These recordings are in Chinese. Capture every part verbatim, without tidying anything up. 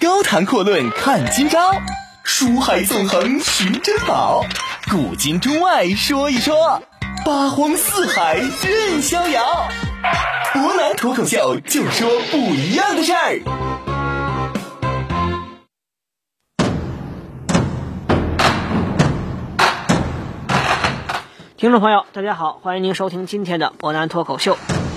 高谈阔论看今朝，书海纵横寻珍宝，古今中外说一说，八荒四海任逍遥。博南脱口秀，就说不一样的事儿。 听众朋友大家好，欢迎您收听今天的博南脱口秀。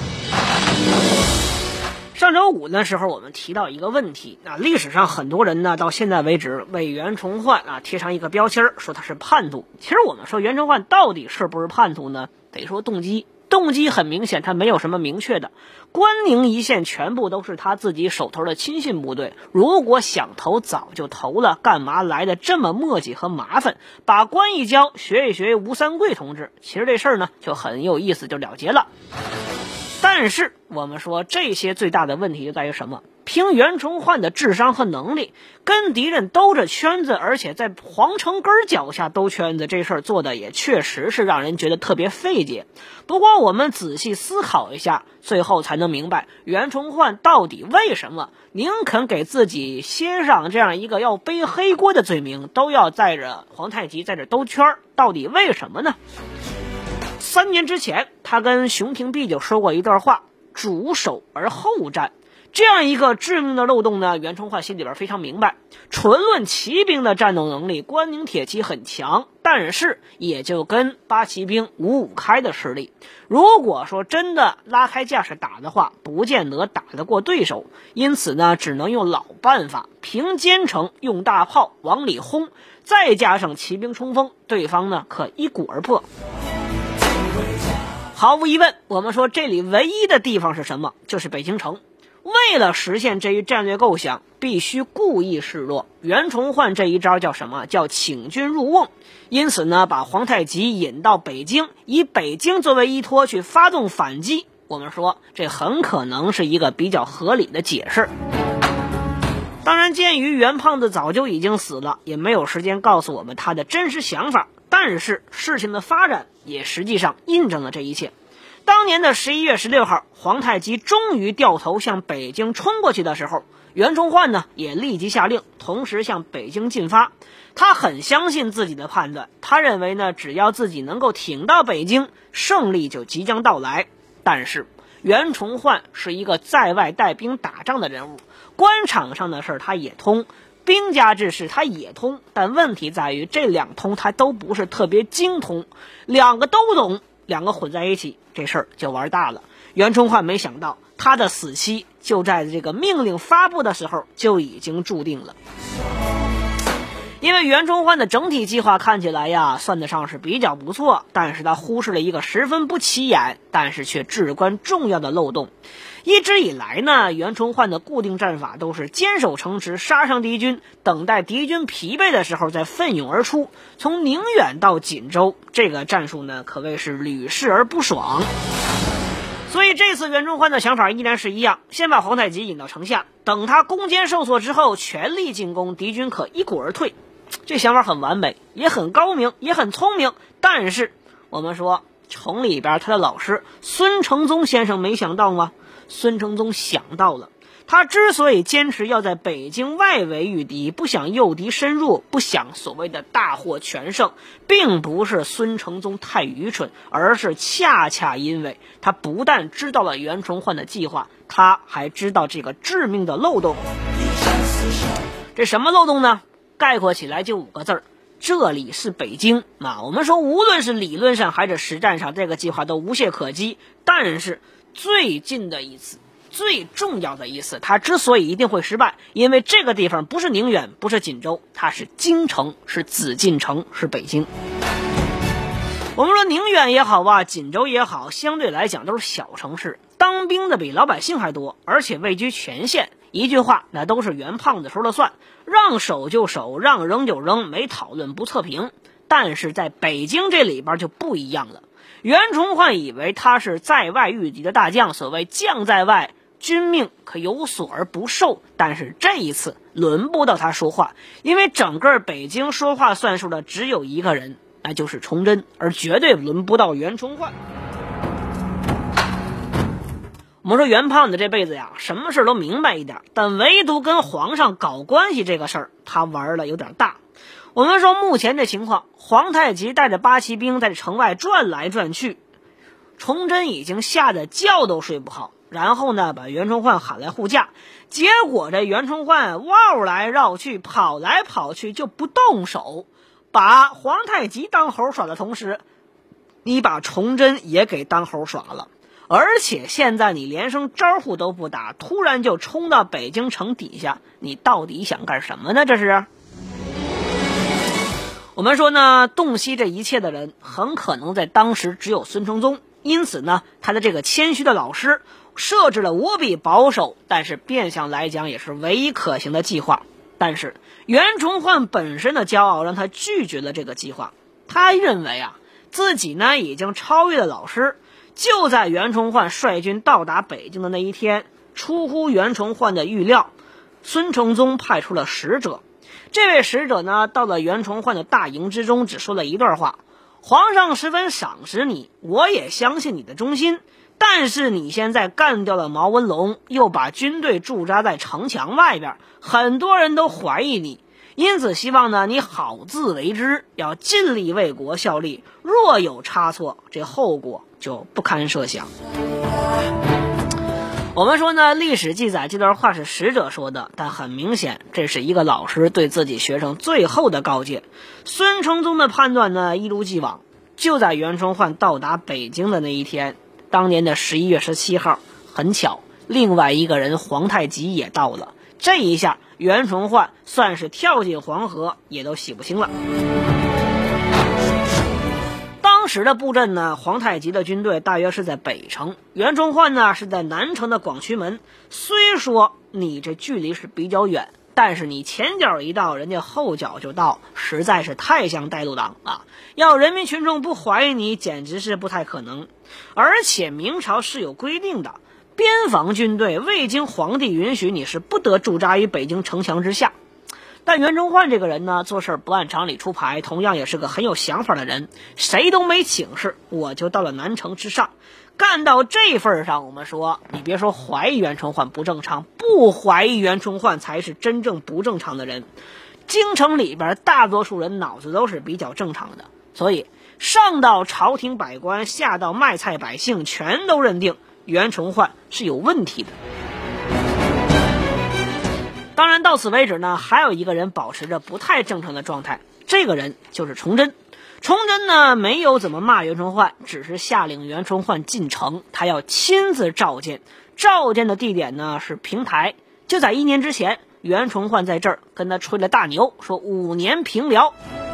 上周五的时候我们提到一个问题，那历史上很多人呢到现在为止为袁崇焕啊贴上一个标签，说他是叛徒。其实我们说袁崇焕到底是不是叛徒呢？得说动机，动机很明显，他没有什么明确的。关宁一线全部都是他自己手头的亲信部队，如果想投早就投了，干嘛来的这么磨叽和麻烦？把关一交，学一学吴三桂同志，其实这事儿呢就很有意思，就了结了。但是我们说这些最大的问题就在于什么？凭袁崇焕的智商和能力，跟敌人兜着圈子，而且在皇城根儿脚下兜圈子，这事儿做的也确实是让人觉得特别费解。不过我们仔细思考一下，最后才能明白袁崇焕到底为什么宁肯给自己贴上这样一个要背黑锅的罪名，都要载着皇太极在这兜圈儿，到底为什么呢？三年之前他跟熊廷弼就说过一段话，主守而后战。这样一个致命的漏洞呢，袁崇焕心里边非常明白。纯论骑兵的战斗能力，关宁铁骑很强，但是也就跟八旗兵五五开的实力。如果说真的拉开架势打的话，不见得打得过对手。因此呢，只能用老办法，平坚城，用大炮往里轰，再加上骑兵冲锋，对方呢可一鼓而破。毫无疑问，我们说这里唯一的地方是什么？就是北京城。为了实现这一战略构想，必须故意示弱。袁崇焕这一招叫什么？叫请君入瓮。因此呢，把皇太极引到北京，以北京作为依托去发动反击。我们说这很可能是一个比较合理的解释。当然，鉴于袁胖子早就已经死了，也没有时间告诉我们他的真实想法。但是事情的发展也实际上印证了这一切。当年的十一月十六号，皇太极终于掉头向北京冲过去的时候，袁崇焕呢也立即下令，同时向北京进发。他很相信自己的判断，他认为呢，只要自己能够挺到北京，胜利就即将到来。但是袁崇焕是一个在外带兵打仗的人物，官场上的事他也通，兵家之事他也通，但问题在于这两通他都不是特别精通，两个都懂，两个混在一起，这事儿就玩大了。袁崇焕没想到，他的死期就在这个命令发布的时候就已经注定了。因为袁崇焕的整体计划看起来呀，算得上是比较不错，但是他忽视了一个十分不起眼，但是却至关重要的漏洞。一直以来呢，袁崇焕的固定战法都是坚守城池，杀伤敌军，等待敌军疲惫的时候再奋勇而出。从宁远到锦州，这个战术呢可谓是屡试而不爽。所以这次袁崇焕的想法依然是一样，先把皇太极引到城下，等他攻坚受挫之后全力进攻，敌军可一鼓而退。这想法很完美，也很高明，也很聪明。但是我们说城里边他的老师孙承宗先生没想到吗？孙承宗想到了。他之所以坚持要在北京外围御敌，不想诱敌深入，不想所谓的大获全胜，并不是孙承宗太愚蠢，而是恰恰因为他不但知道了袁崇焕的计划，他还知道这个致命的漏洞。这什么漏洞呢？概括起来就五个字儿，这里是北京啊。我们说无论是理论上还是实战上，这个计划都无懈可击。但是最近的一次，最重要的一次，它之所以一定会失败，因为这个地方不是宁远，不是锦州，它是京城，是紫禁城，是北京。我们说宁远也好啊，锦州也好，相对来讲都是小城市，当兵的比老百姓还多，而且位居前线。一句话，那都是袁胖子说了算，让守就守，让扔就扔，没讨论不测评。但是在北京这里边就不一样了。袁崇焕以为他是在外御敌的大将，所谓将在外，君命可有所而不受。但是这一次轮不到他说话，因为整个北京说话算数的只有一个人，那就是崇祯，而绝对轮不到袁崇焕。 我们说袁胖子这辈子呀，什么事都明白一点，但唯独跟皇上搞关系这个事儿，他玩的有点大。我们说目前这情况，皇太极带着八旗兵在城外转来转去，崇祯已经吓得觉都睡不好，然后呢把袁崇焕喊来护驾，结果这袁崇焕绕来绕去，跑来跑去就不动手，把皇太极当猴耍的同时，你把崇祯也给当猴耍了。而且现在你连声招呼都不打，突然就冲到北京城底下，你到底想干什么呢？这是我们说呢，洞悉这一切的人很可能在当时只有孙承宗，因此呢，他的这个谦虚的老师设置了无比保守，但是变相来讲也是唯一可行的计划。但是袁崇焕本身的骄傲让他拒绝了这个计划，他认为啊，自己呢已经超越了老师。就在袁崇焕率军到达北京的那一天，出乎袁崇焕的预料，孙承宗派出了使者。这位使者呢，到了袁崇焕的大营之中，只说了一段话：皇上十分赏识你，我也相信你的忠心，但是你现在干掉了毛文龙，又把军队驻扎在城墙外边，很多人都怀疑你，因此希望呢你好自为之，要尽力为国效力，若有差错，这后果就不堪设想。我们说呢，历史记载这段话是使者说的，但很明显这是一个老师对自己学生最后的告诫。孙承宗的判断呢一如既往，就在袁崇焕到达北京的那一天，当年的十一月十七号，很巧，另外一个人皇太极也到了。这一下袁崇焕算是跳进黄河也都洗不清了。当时的布阵呢，皇太极的军队大约是在北城，袁崇焕呢是在南城的广渠门。虽说你这距离是比较远，但是你前脚一到，人家后脚就到，实在是太像带路党啊！要人民群众不怀疑你，简直是不太可能。而且明朝是有规定的，边防军队未经皇帝允许，你是不得驻扎于北京城墙之下。但袁崇焕这个人呢，做事不按常理出牌，同样也是个很有想法的人。谁都没请示，我就到了南城之上，干到这份上，我们说，你别说怀疑袁崇焕不正常，不怀疑袁崇焕才是真正不正常的人。京城里边大多数人脑子都是比较正常的，所以上到朝廷百官，下到卖菜百姓，全都认定袁崇焕是有问题的。当然到此为止呢，还有一个人保持着不太正常的状态，这个人就是崇祯。崇祯呢没有怎么骂袁崇焕，只是下令袁崇焕进城，他要亲自召见。召见的地点呢是平台。就在一年之前，袁崇焕在这儿跟他吹了大牛，说五年平辽。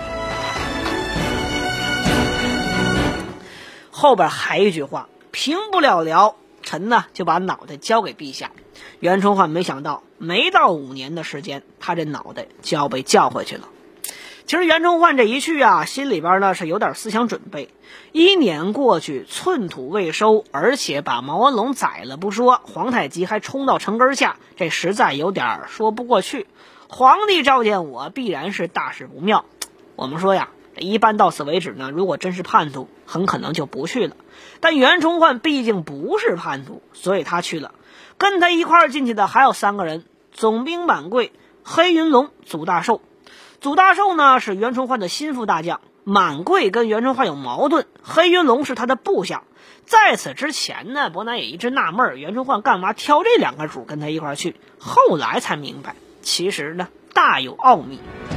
后边还一句话，平不了辽，臣呢就把脑袋交给陛下。袁崇焕没想到，没到五年的时间，他这脑袋就要被叫回去了。其实袁崇焕这一去啊，心里边呢是有点思想准备。一年过去，寸土未收，而且把毛文龙宰了不说，皇太极还冲到城根下，这实在有点说不过去。皇帝召见我，必然是大事不妙。我们说呀，一般到此为止呢，如果真是叛徒，很可能就不去了。但袁崇焕毕竟不是叛徒，所以他去了。跟他一块儿进去的还有三个人：总兵满贵、黑云龙、祖大寿。祖大寿呢是袁崇焕的心腹大将，满贵跟袁崇焕有矛盾，黑云龙是他的部下。在此之前呢，伯南也一直纳闷袁崇焕干嘛挑这两个主跟他一块儿去，后来才明白，其实呢大有奥秘。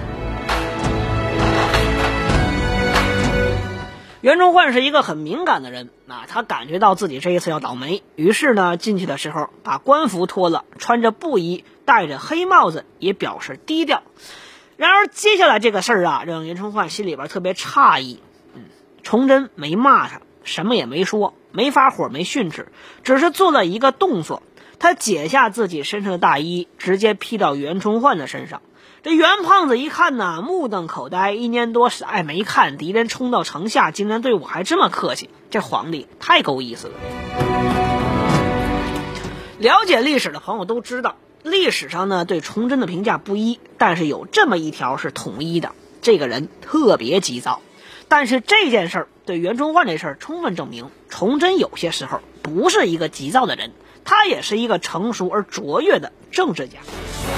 袁崇焕是一个很敏感的人啊，他感觉到自己这一次要倒霉，于是呢进去的时候把官服脱了，穿着布衣，戴着黑帽子，也表示低调。然而接下来这个事儿啊，让袁崇焕心里边特别诧异。嗯，崇祯没骂他，什么也没说，没发火，没训斥，只是做了一个动作，他解下自己身上的大衣，直接披到袁崇焕的身上。这袁胖子一看呢，目瞪口呆，一年多是爱没看，敌人冲到城下，竟然对我还这么客气，这皇帝太够意思了。了解历史的朋友都知道，历史上呢对崇祯的评价不一，但是有这么一条是统一的，这个人特别急躁。但是这件事儿对袁崇焕这事儿充分证明，崇祯有些时候不是一个急躁的人， 他也是一个成熟而卓越的政治家。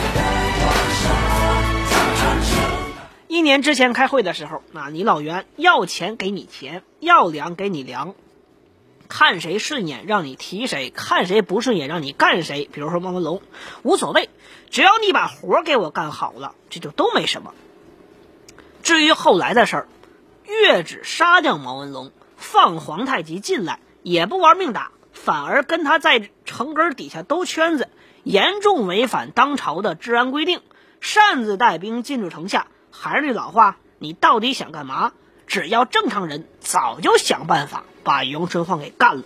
一年之前开会的时候，啊，你老袁要钱给你钱，要粮给你粮，看谁顺眼让你提谁，看谁不顺眼让你干谁。比如说孟文龙，无所谓，只要你把活给我干好了，这就都没什么。至于后来的事儿，越只杀掉毛文龙，放皇太极进来，也不玩命打，反而跟他在城根底下兜圈子，严重违反当朝的治安规定，擅自带兵进入城下。还是那老话，你到底想干嘛？只要正常人早就想办法把袁崇焕给干了。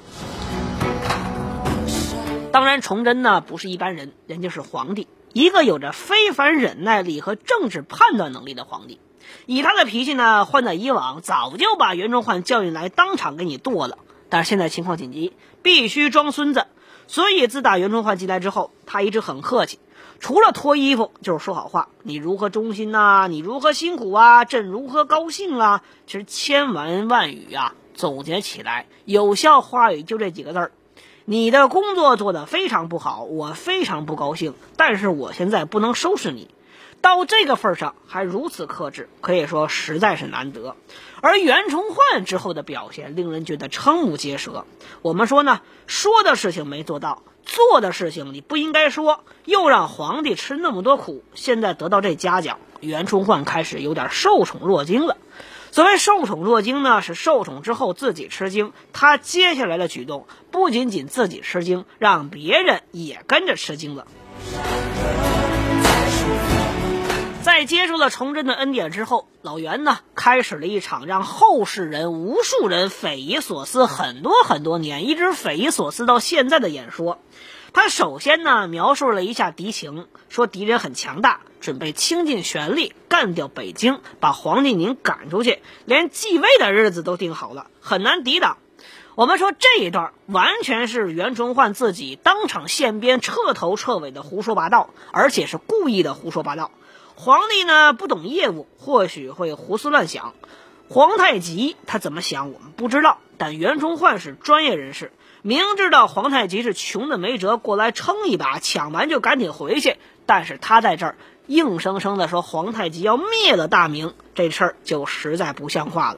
当然崇祯呢不是一般人，人家是皇帝，一个有着非凡忍耐力和政治判断能力的皇帝。以他的脾气呢，换在以往早就把袁崇焕叫进来当场给你剁了，但是现在情况紧急，必须装孙子。所以自打袁崇焕进来之后，他一直很客气，除了脱衣服就是说好话，你如何忠心啊，你如何辛苦啊，朕如何高兴啊，其实千言万语啊，总结起来有效话语就这几个字儿：你的工作做得非常不好，我非常不高兴，但是我现在不能收拾你。到这个份上还如此克制，可以说实在是难得。而袁崇焕之后的表现令人觉得瞠目结舌。我们说呢，说的事情没做到，做的事情你不应该说，又让皇帝吃那么多苦，现在得到这嘉奖，袁崇焕开始有点受宠若惊了。所谓受宠若惊呢，是受宠之后自己吃惊，他接下来的举动不仅仅自己吃惊，让别人也跟着吃惊了。在接受了崇祯的恩典之后，老袁呢开始了一场让后世人无数人匪夷所思很多很多年，一直匪夷所思到现在的演说。他首先呢描述了一下敌情，说敌人很强大，准备倾尽全力干掉北京，把皇帝您赶出去，连继位的日子都定好了，很难抵挡。我们说这一段完全是袁崇焕自己当场现编，彻头彻尾的胡说八道，而且是故意的胡说八道。皇帝呢不懂业务，或许会胡思乱想。皇太极他怎么想我们不知道，但袁崇焕是专业人士，明知道皇太极是穷的没辙，过来撑一把，抢完就赶紧回去，但是他在这儿硬生生的说皇太极要灭了大明，这事儿就实在不像话了。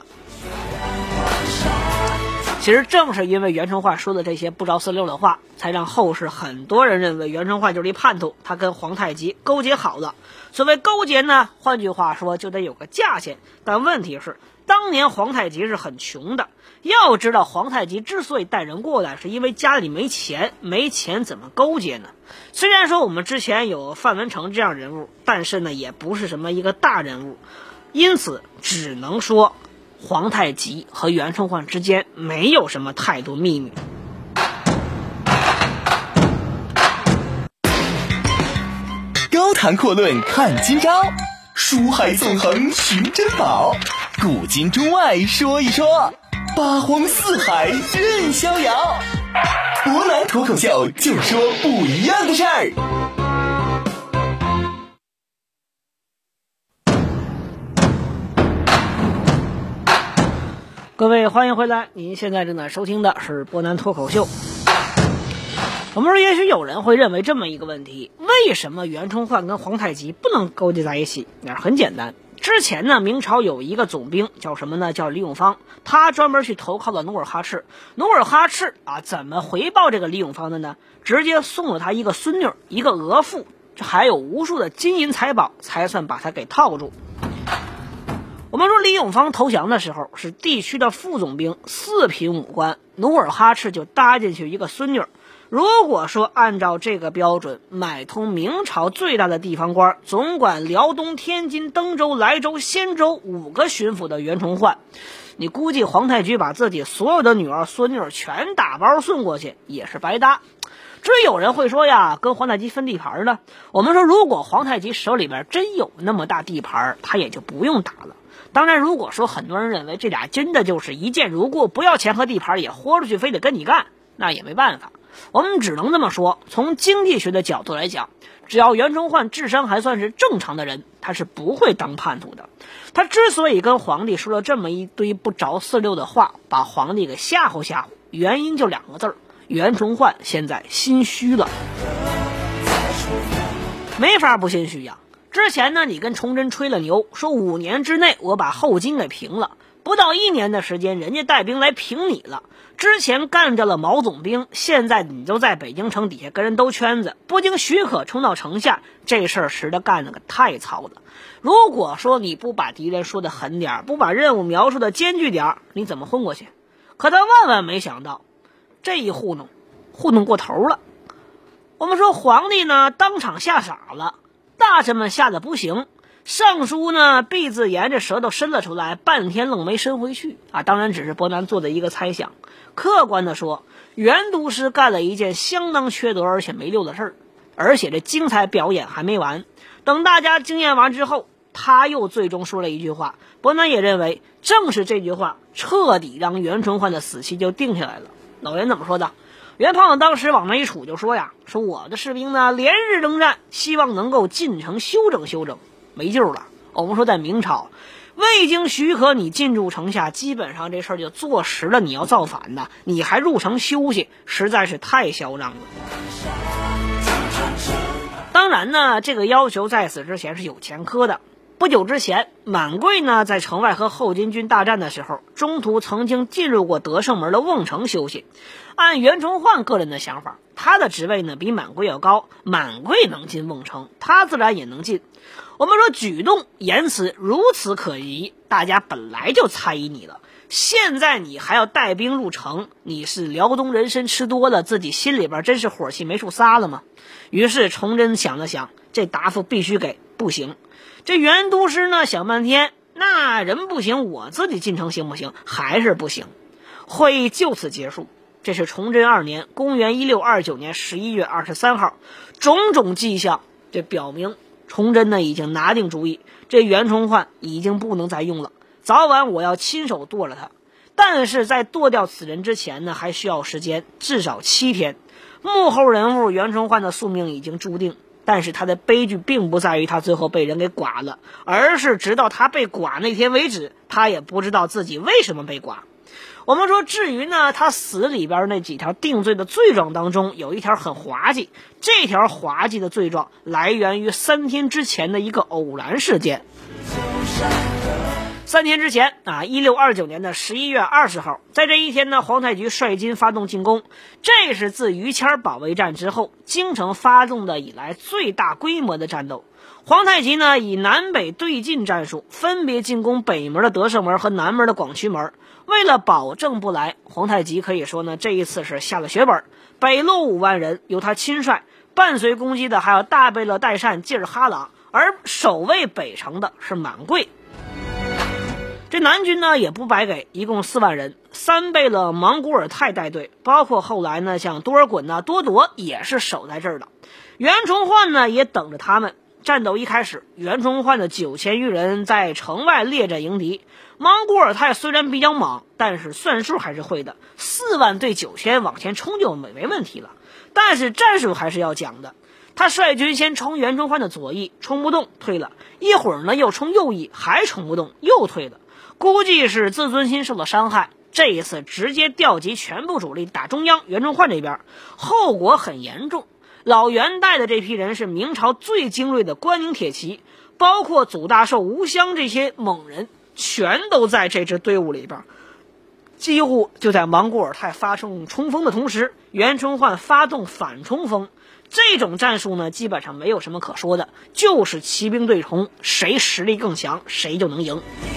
其实正是因为袁崇焕说的这些不着四六的话，才让后世很多人认为袁崇焕就是一叛徒，他跟皇太极勾结好了。所谓勾结呢，换句话说就得有个价钱，但问题是当年皇太极是很穷的，要知道皇太极之所以带人过来，是因为家里没钱，没钱怎么勾结呢？虽然说我们之前有范文成这样人物，但是呢也不是什么一个大人物，因此只能说皇太极和袁崇焕之间没有什么太多秘密。 高谈阔论看今朝，书海纵横寻珍宝，古今中外说一说，八荒四海任逍遥。博南脱口秀，就说不一样的事儿。 各位欢迎回来，您现在正在收听的是波南脱口秀。我们说也许有人会认为这么一个问题，为什么袁崇焕跟皇太极不能勾结在一起？那很简单，之前呢明朝有一个总兵叫什么呢？叫李永芳，他专门去投靠了努尔哈赤。努尔哈赤啊怎么回报这个李永芳的呢？直接送了他一个孙女，一个额驸，这还有无数的金银财宝，才算把他给套住。我们说李永芳投降的时候是地区的副总兵，四品武官，努尔哈赤就搭进去一个孙女。如果说按照这个标准买通明朝最大的地方官，总管辽东、天津、登州、莱州、仙州五个巡抚的袁崇焕，你估计皇太极把自己所有的女儿孙女全打包送过去也是白搭。至于有人会说呀，跟皇太极分地盘呢？我们说如果皇太极手里边真有那么大地盘，他也就不用打了。当然如果说很多人认为这俩真的就是一见如故，不要钱和地盘也豁出去非得跟你干，那也没办法。我们只能这么说，从经济学的角度来讲，只要袁崇焕智商还算是正常的人，他是不会当叛徒的。他之所以跟皇帝说了这么一堆不着四六的话，把皇帝给吓唬吓唬，原因就两个字儿： 袁崇焕现在心虚了。没法不心虚呀。之前呢，你跟崇祯吹了牛，说五年之内我把后金给平了，不到一年的时间，人家带兵来平你了。之前干掉了毛总兵，现在你就在北京城底下跟人兜圈子，不经许可冲到城下，这事儿实在干的可太糙了。如果说你不把敌人说的狠点，不把任务描述的艰巨点，你怎么混过去？可他万万没想到，这一糊弄，糊弄过头了。我们说皇帝呢，当场吓傻了，大臣们吓得不行。尚书呢，闭字沿着舌头伸了出来，半天愣没伸回去啊！当然只是伯南做的一个猜想。客观的说，袁都师干了一件相当缺德而且没溜的事儿，而且这精彩表演还没完。等大家惊艳完之后，他又最终说了一句话，伯南也认为正是这句话彻底让袁崇焕的死期就定下来了。老袁怎么说的？袁胖子当时往那一杵就说呀，说我的士兵呢连日征战，希望能够进城休整休整。没救了。我们说在明朝，未经许可你进入城下，基本上这事儿就坐实了你要造反的，你还入城休息，实在是太嚣张了。当然呢，这个要求在此之前是有前科的。不久之前，满贵呢在城外和后金军大战的时候，中途曾经进入过德胜门的瓮城休息。按袁崇焕个人的想法，他的职位呢比满贵要高，满贵能进瓮城，他自然也能进。我们说举动言辞如此可疑，大家本来就猜疑你了，现在你还要带兵入城，你是辽东人参吃多了，自己心里边真是火气没处撒了吗？于是崇祯想了想，这答复必须给，不行。这袁都师呢想半天，那人不行，我自己进城行不行？还是不行。会议就此结束。这是崇祯二年，公元一六二九年十一月二十三号，种种迹象，这表明崇祯呢已经拿定主意，这袁崇焕已经不能再用了，早晚我要亲手剁了他。但是在剁掉此人之前呢，还需要时间，至少七天。幕后人物袁崇焕的宿命已经注定，但是他的悲剧并不在于他最后被人给剐了，而是直到他被剐那天为止，他也不知道自己为什么被剐。我们说至于呢，他死里边那几条定罪的罪状当中，有一条很滑稽，这条滑稽的罪状来源于三天之前的一个偶然事件。三天之前啊，一六二九年的十一月二十号，在这一天呢，皇太极率军发动进攻，这是自于谦保卫战之后，京城发动的以来最大规模的战斗。皇太极呢，以南北对进战术，分别进攻北门的德胜门和南门的广渠门。为了保证不来，皇太极可以说呢，这一次是下了血本。北路五万人由他亲率，伴随攻击的还有大贝勒代善济尔哈朗，而守卫北城的是满贵。这南军呢也不白给，一共四万人，三贝勒莽古尔泰带队，包括后来呢像多尔衮呐、多铎也是守在这儿的。袁崇焕呢也等着他们。战斗一开始，袁崇焕的九千余人在城外列阵迎敌。莽古尔泰虽然比较莽，但是算数还是会的，四万对九千往前冲就没没问题了。但是战术还是要讲的。他率军先冲袁崇焕的左翼，冲不动，退了。一会儿呢又冲右翼，还冲不动，又退了。估计是自尊心受了伤害，这一次直接调集全部主力打中央袁崇焕这边，后果很严重。老袁带的这批人是明朝最精锐的关宁铁骑，包括祖大寿、吴襄这些猛人，全都在这支队伍里边。几乎就在莽古尔泰发动冲锋的同时，袁崇焕发动反冲锋。这种战术呢，基本上没有什么可说的，就是骑兵对冲，谁实力更强，谁就能赢。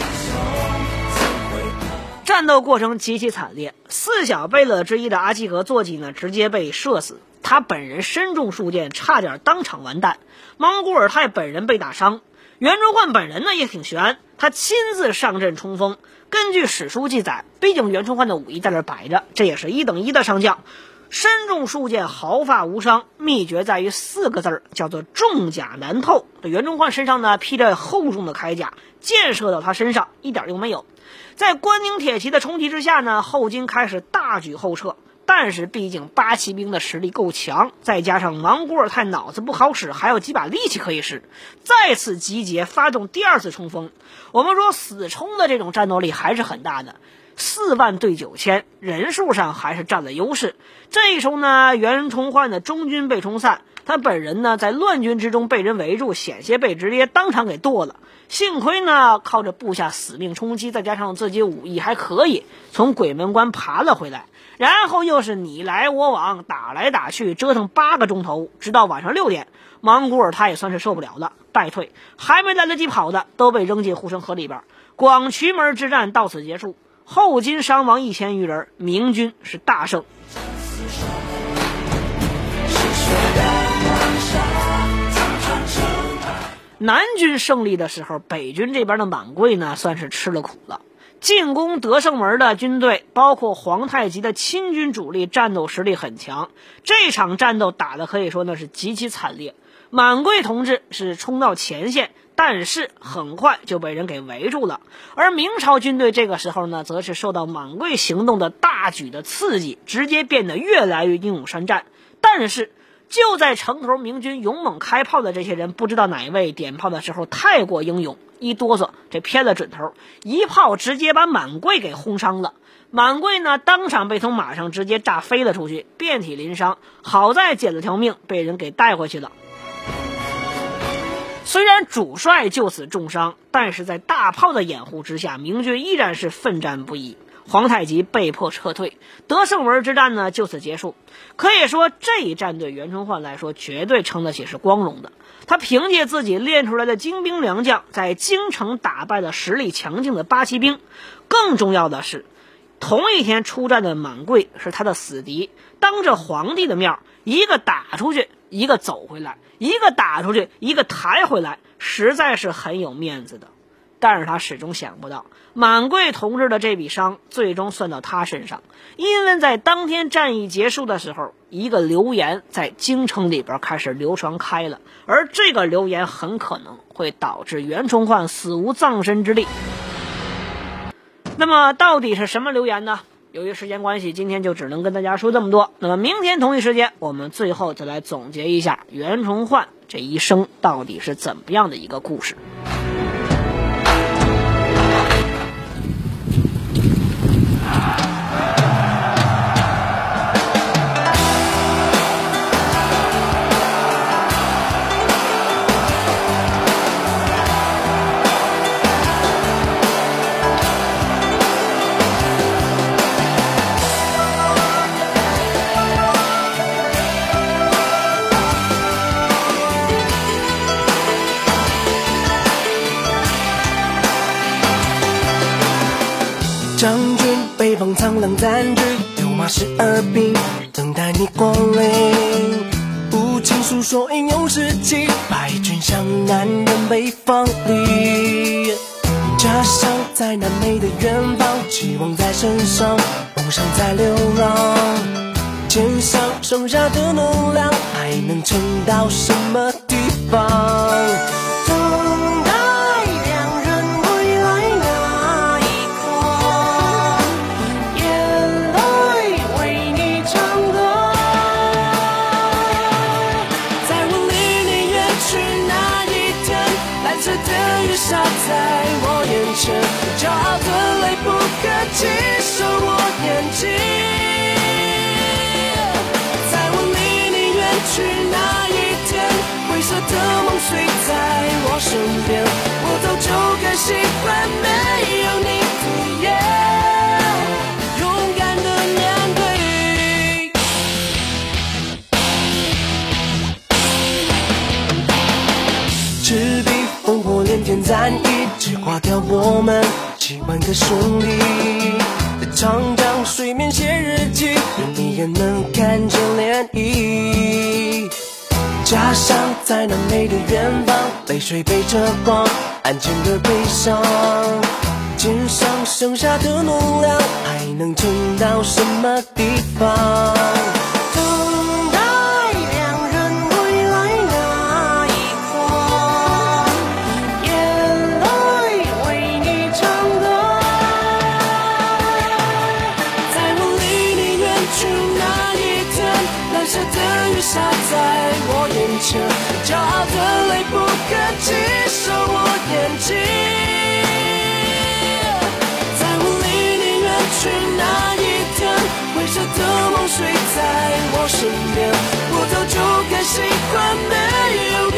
战斗过程极其惨烈，四小贝勒之一的阿济格坐骑呢，直接被射死。他本人身中数箭，差点当场完蛋。莽古尔泰本人被打伤。袁崇焕本人呢也挺悬，他亲自上阵冲锋。根据史书记载，毕竟袁崇焕的武艺在这摆着，这也是一等一的上将。身中数箭，毫发无伤，秘诀在于四个字儿，叫做重甲难透。这袁崇焕身上呢披着厚重的铠甲，箭射到他身上一点用没有。在关宁铁骑的冲击之下呢，后金开始大举后撤。但是毕竟八旗兵的实力够强，再加上莽古尔泰脑子不好使，还有几把力气可以使，再次集结发动第二次冲锋。我们说死冲的这种战斗力还是很大的。 四万对九千，人数上还是占了优势。这时候呢，袁崇焕的中军被冲散，他本人呢在乱军之中被人围住，险些被直接当场给剁了。幸亏呢靠着部下死命冲击，再加上自己武艺还可以，从鬼门关爬了回来。然后又是你来我往，打来打去，折腾八个钟头，直到晚上六点，莽古尔他也算是受不了了，败退。还没来得及跑的都被扔进护城河里边。广渠门之战到此结束，后金伤亡一千余人，明军是大胜。南军胜利的时候，北军这边的满贵呢算是吃了苦了。进攻德胜门的军队包括皇太极的亲军主力，战斗实力很强。这场战斗打得可以说呢是极其惨烈。满贵同志是冲到前线，但是很快就被人给围住了。而明朝军队这个时候呢，则是受到满贵行动的大举的刺激，直接变得越来越英勇善战。但是就在城头明军勇猛开炮的这些人，不知道哪一位点炮的时候太过英勇，一哆嗦，这偏了准头，一炮直接把满贵给轰伤了。满贵呢，当场被从马上直接炸飞了出去，遍体鳞伤，好在捡了条命，被人给带回去了。虽然主帅就此重伤，但是在大炮的掩护之下，明军依然是奋战不已。皇太极被迫撤退，德胜门之战呢就此结束。可以说这一战对袁崇焕来说绝对称得起是光荣的。他凭借自己练出来的精兵良将，在京城打败了实力强劲的八旗兵。更重要的是，同一天出战的满贵是他的死敌，当着皇帝的面，一个打出去，一个走回来，一个打出去，一个抬回来，实在是很有面子的。但是他始终想不到，满贵同志的这笔伤最终算到他身上，因为在当天战役结束的时候，一个流言在京城里边开始流传开了，而这个流言很可能会导致袁崇焕死无葬身之地。那么到底是什么流言呢？由于时间关系，今天就只能跟大家说这么多。那么明天同一时间，我们最后再来总结一下袁崇焕这一生到底是怎么样的一个故事。 将军北方苍狼占据，六马十二兵，等待你光临。无情诉说英勇事迹，败军向南人北方里。家乡在南美的远方，期望在身上，梦想在流浪。肩上剩下的能量，还能撑到什么地方？下在我眼前，骄傲的泪不可及收我眼睛。在我离你远去那一天，灰色的梦随在我身边，我早就该习惯没有你的夜，勇敢的面对。赤壁烽火连天战役，只划掉我们几万个兄弟。长江水面写日记，任你也能看见涟漪。家乡在南美的远方，泪水背着光，安静的悲伤。肩上剩下的能量，还能撑到什么地方？下在我眼前，骄傲的泪不可及收我眼睛。在我离你远睡在我身边，我早就该习惯没有